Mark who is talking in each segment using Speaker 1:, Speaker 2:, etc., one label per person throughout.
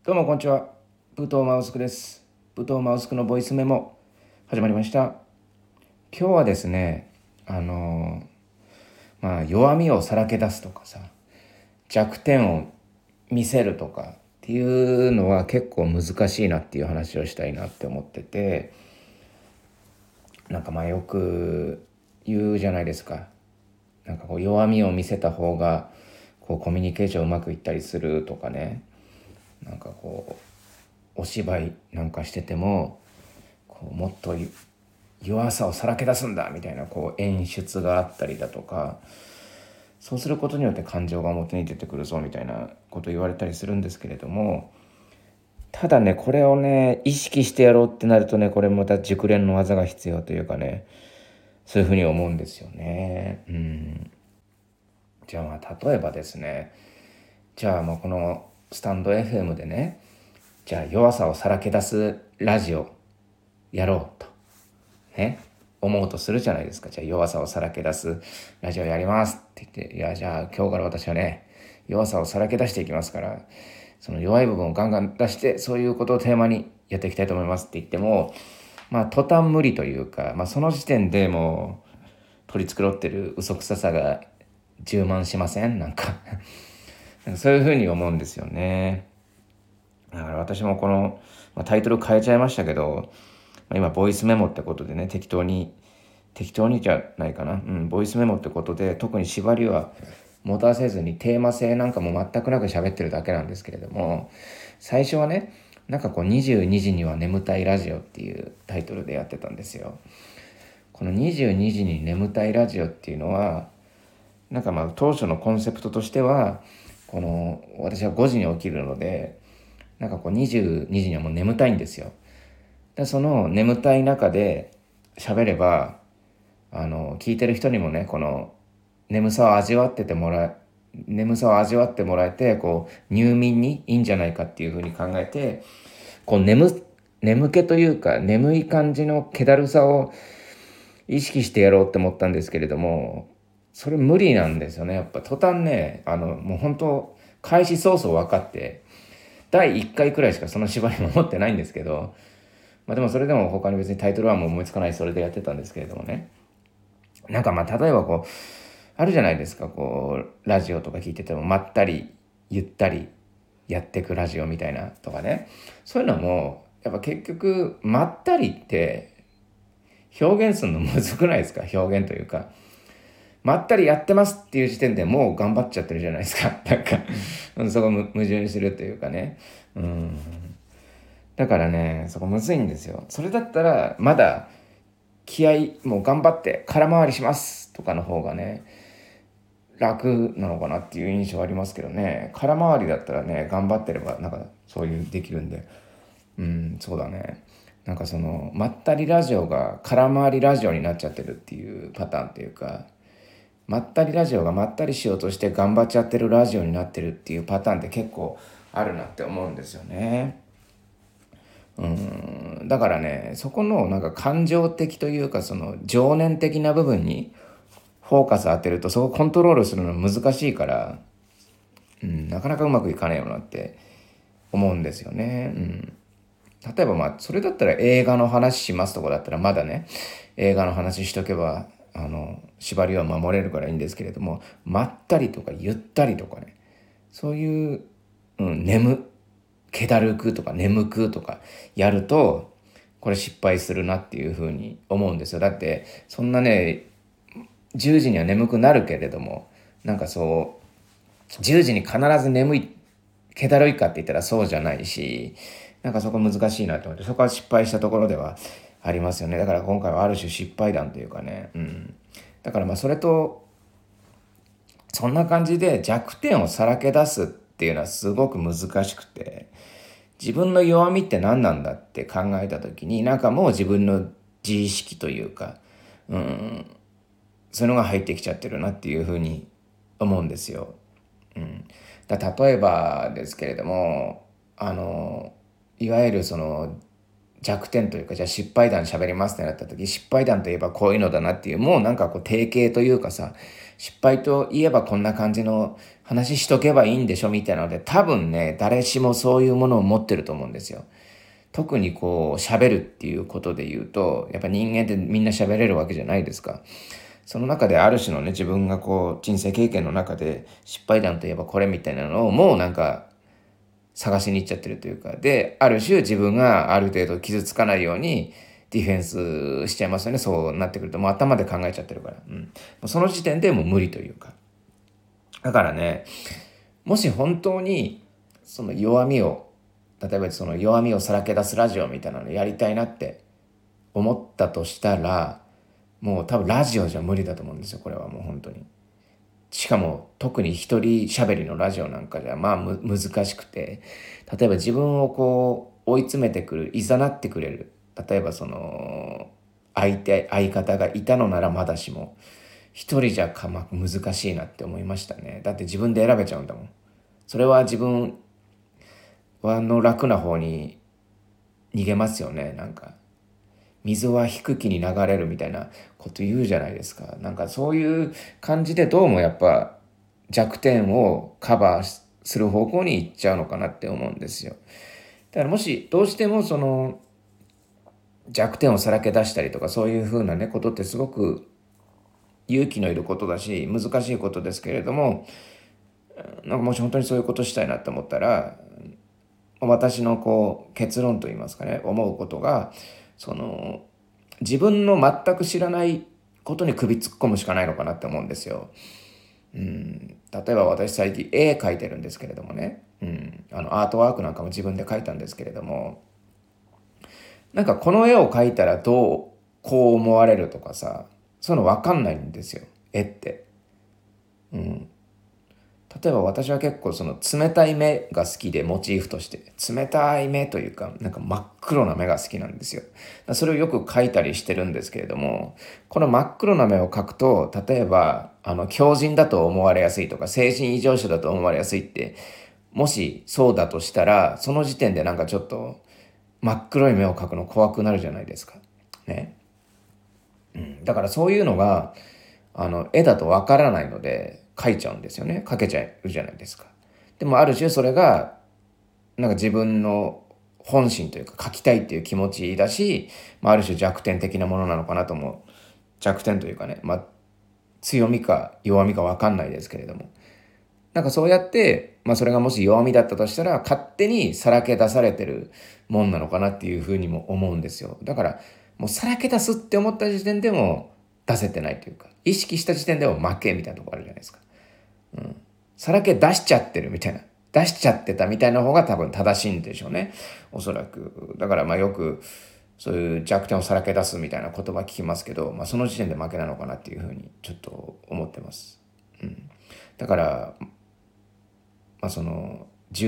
Speaker 1: どうもこんにちは。武藤マウスクです。武藤マウスクのボイスメモ始まりました。今日はですね、弱みをさらけ出すとかさ、弱点を見せるとかっていうのは結構難しいなっていう話をしたいなって思ってて、よく言うじゃないですか。弱みを見せた方がコミュニケーションうまくいったりするとかね。お芝居なんかしててももっと弱さをさらけ出すんだみたいな演出があったりだとか、そうすることによって感情が表に出てくるぞみたいなこと言われたりするんですけれども、ただねこれをね意識してやろうってなるとね、これまた熟練の技が必要というかね、そういうふうに思うんですよね。じゃあ例えばですね、じゃあもうこのスタンド FM でね、じゃあ弱さをさらけ出すラジオやろうとね思うとするじゃないですか。じゃあ弱さをさらけ出すラジオやりますって言って、いやじゃあ今日から私はね弱さをさらけ出していきますから、その弱い部分をガンガン出して、そういうことをテーマにやっていきたいと思いますって言っても、途端無理というか、その時点でもう取り繕ってる嘘くささが充満しません？なんかそういうふうに思うんですよね。だから私もこの、タイトル変えちゃいましたけど、今ボイスメモってことでね、適当にじゃないかな、ボイスメモってことで特に縛りは持たせずにテーマ性なんかも全くなく喋ってるだけなんですけれども、最初はね22時には眠たいラジオっていうタイトルでやってたんですよ。この22時に眠たいラジオっていうのは当初のコンセプトとしては、私は5時に起きるので22時にはもう眠たいんですよ。でその眠たい中で喋れば、聞いてる人にもね眠さを味わっててもらえ眠さを味わってもらえて入眠にいいんじゃないかっていうふうに考えて、眠気というか眠い感じの気だるさを意識してやろうって思ったんですけれども、それ無理なんですよね。やっぱ途端ねもう本当開始早々分かって、第1回くらいしかその縛りも持ってないんですけど、でもそれでも他に別にタイトルはもう思いつかない、それでやってたんですけれどもね。例えばあるじゃないですか、ラジオとか聞いててもまったりゆったりやってくラジオみたいなとかね、そういうのもやっぱ結局まったりって表現するのむずくないですか？表現というか、まったりやってますっていう時点でもう頑張っちゃってるじゃないですか。そこ矛盾するというかね。だからねそこむずいんですよ。それだったらまだ気合もう頑張って空回りしますとかの方がね楽なのかなっていう印象ありますけどね。空回りだったらね頑張ってればそういうできるんで、そうだね。そのまったりラジオが空回りラジオになっちゃってるっていうパターンっていうか、まったりラジオがまったりしようとして頑張っちゃってるラジオになってるっていうパターンって結構あるなって思うんですよね。だからねそこの感情的というか、その情念的な部分にフォーカス当てると、そこコントロールするの難しいから、なかなかうまくいかないよなって思うんですよね。例えばそれだったら映画の話しますとかだったらまだね、映画の話しとけば縛りは守れるからいいんですけれども、まったりとかゆったりとかね、そういう、気だるくとか眠くとかやるとこれ失敗するなっていうふうに思うんですよ。だってそんなね10時には眠くなるけれども、10時に必ず眠い気だるいかって言ったらそうじゃないし、そこ難しいなと思って、そこは失敗したところではありますよね。だから今回はある種失敗談というかね、だからそれとそんな感じで弱点をさらけ出すっていうのはすごく難しくて、自分の弱みって何なんだって考えた時にもう自分の自意識というか、そういうのが入ってきちゃってるなっていうふうに思うんですよ。例えばですけれども、いわゆるその弱点というか、じゃあ失敗談喋りますってなった時、失敗談といえばこういうのだなっていう、もうなんかこう定型というかさ、失敗といえばこんな感じの話しとけばいいんでしょみたいなので、多分ね、誰しもそういうものを持ってると思うんですよ。特にこう喋るっていうことで言うと、やっぱ人間ってみんな喋れるわけじゃないですか。その中である種のね、自分がこう人生経験の中で失敗談といえばこれみたいなのをもうなんか探しに行っちゃってるというか、で、ある種自分がある程度傷つかないようにディフェンスしちゃいますよね。そうなってくると。もう頭で考えちゃってるから。もうその時点でもう無理というか。だからね、もし本当にその弱みを、例えばその弱みをさらけ出すラジオみたいなのやりたいなって思ったとしたら、もう多分ラジオじゃ無理だと思うんですよ。これはもう本当に。しかも特に一人喋りのラジオなんかじゃ難しくて、例えば自分をこう追い詰めてくる、誘ってくれる、例えばその相方がいたのならまだしも、一人じゃ難しいなって思いましたね。だって自分で選べちゃうんだもん。それは自分の楽な方に逃げますよね。なんか水は低きに流れるみたいなこと言うじゃないですか。なんかそういう感じでどうもやっぱ弱点をカバーする方向に行っちゃうのかなって思うんですよ。だからもしどうしてもその弱点をさらけ出したりとかそういうふうなねことってすごく勇気のいることだし難しいことですけれども、なんかもし本当にそういうことしたいなって思ったら、私のこう結論といいますかね、思うことが、その自分の全く知らないことに首突っ込むしかないのかなって思うんですよ。例えば私最近絵描いてるんですけれどもね、アートワークなんかも自分で描いたんですけれども、なんかこの絵を描いたらこう思われるとかさ、そういうの分かんないんですよ、絵って。例えば私は結構その冷たい目が好きで、モチーフとして冷たい目というか、なんか真っ黒な目が好きなんですよ。それをよく描いたりしてるんですけれども、この真っ黒な目を描くと、例えば強靭だと思われやすいとか精神異常者だと思われやすいって、もしそうだとしたら、その時点でなんかちょっと真っ黒い目を描くの怖くなるじゃないですかね。だからそういうのが絵だとわからないので描いちゃうんですよね。描けちゃうじゃないですか。でもある種それがなんか自分の本心というか描きたいっていう気持ちだし、ある種弱点的なものなのかなと思う。弱点というかね、強みか弱みかわかんないですけれども、なんかそうやって、それがもし弱みだったとしたら勝手にさらけ出されてるもんなのかなっていうふうにも思うんですよ。だからもうさらけ出すって思った時点でも出せてないというか、意識した時点でも負けみたいなところあるじゃないですか。さらけ出しちゃってるみたいな。出しちゃってたみたいな方が多分正しいんでしょうね。おそらく。だからよくそういう弱点をさらけ出すみたいな言葉聞きますけど、その時点で負けなのかなっていうふうにちょっと思ってます。だから、その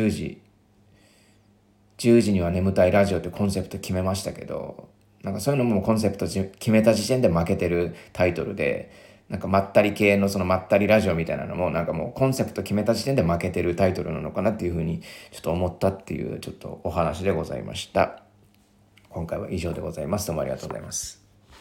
Speaker 1: 10時には眠たいラジオってコンセプト決めましたけど、なんかそういうのもコンセプト決めた時点で負けてるタイトルで、なんかまったり系のそのまったりラジオみたいなのもなんかもうコンセプト決めた時点で負けてるタイトルなのかなっていうふうにちょっと思ったっていうちょっとお話でございました。今回は以上でございます。どうもありがとうございます。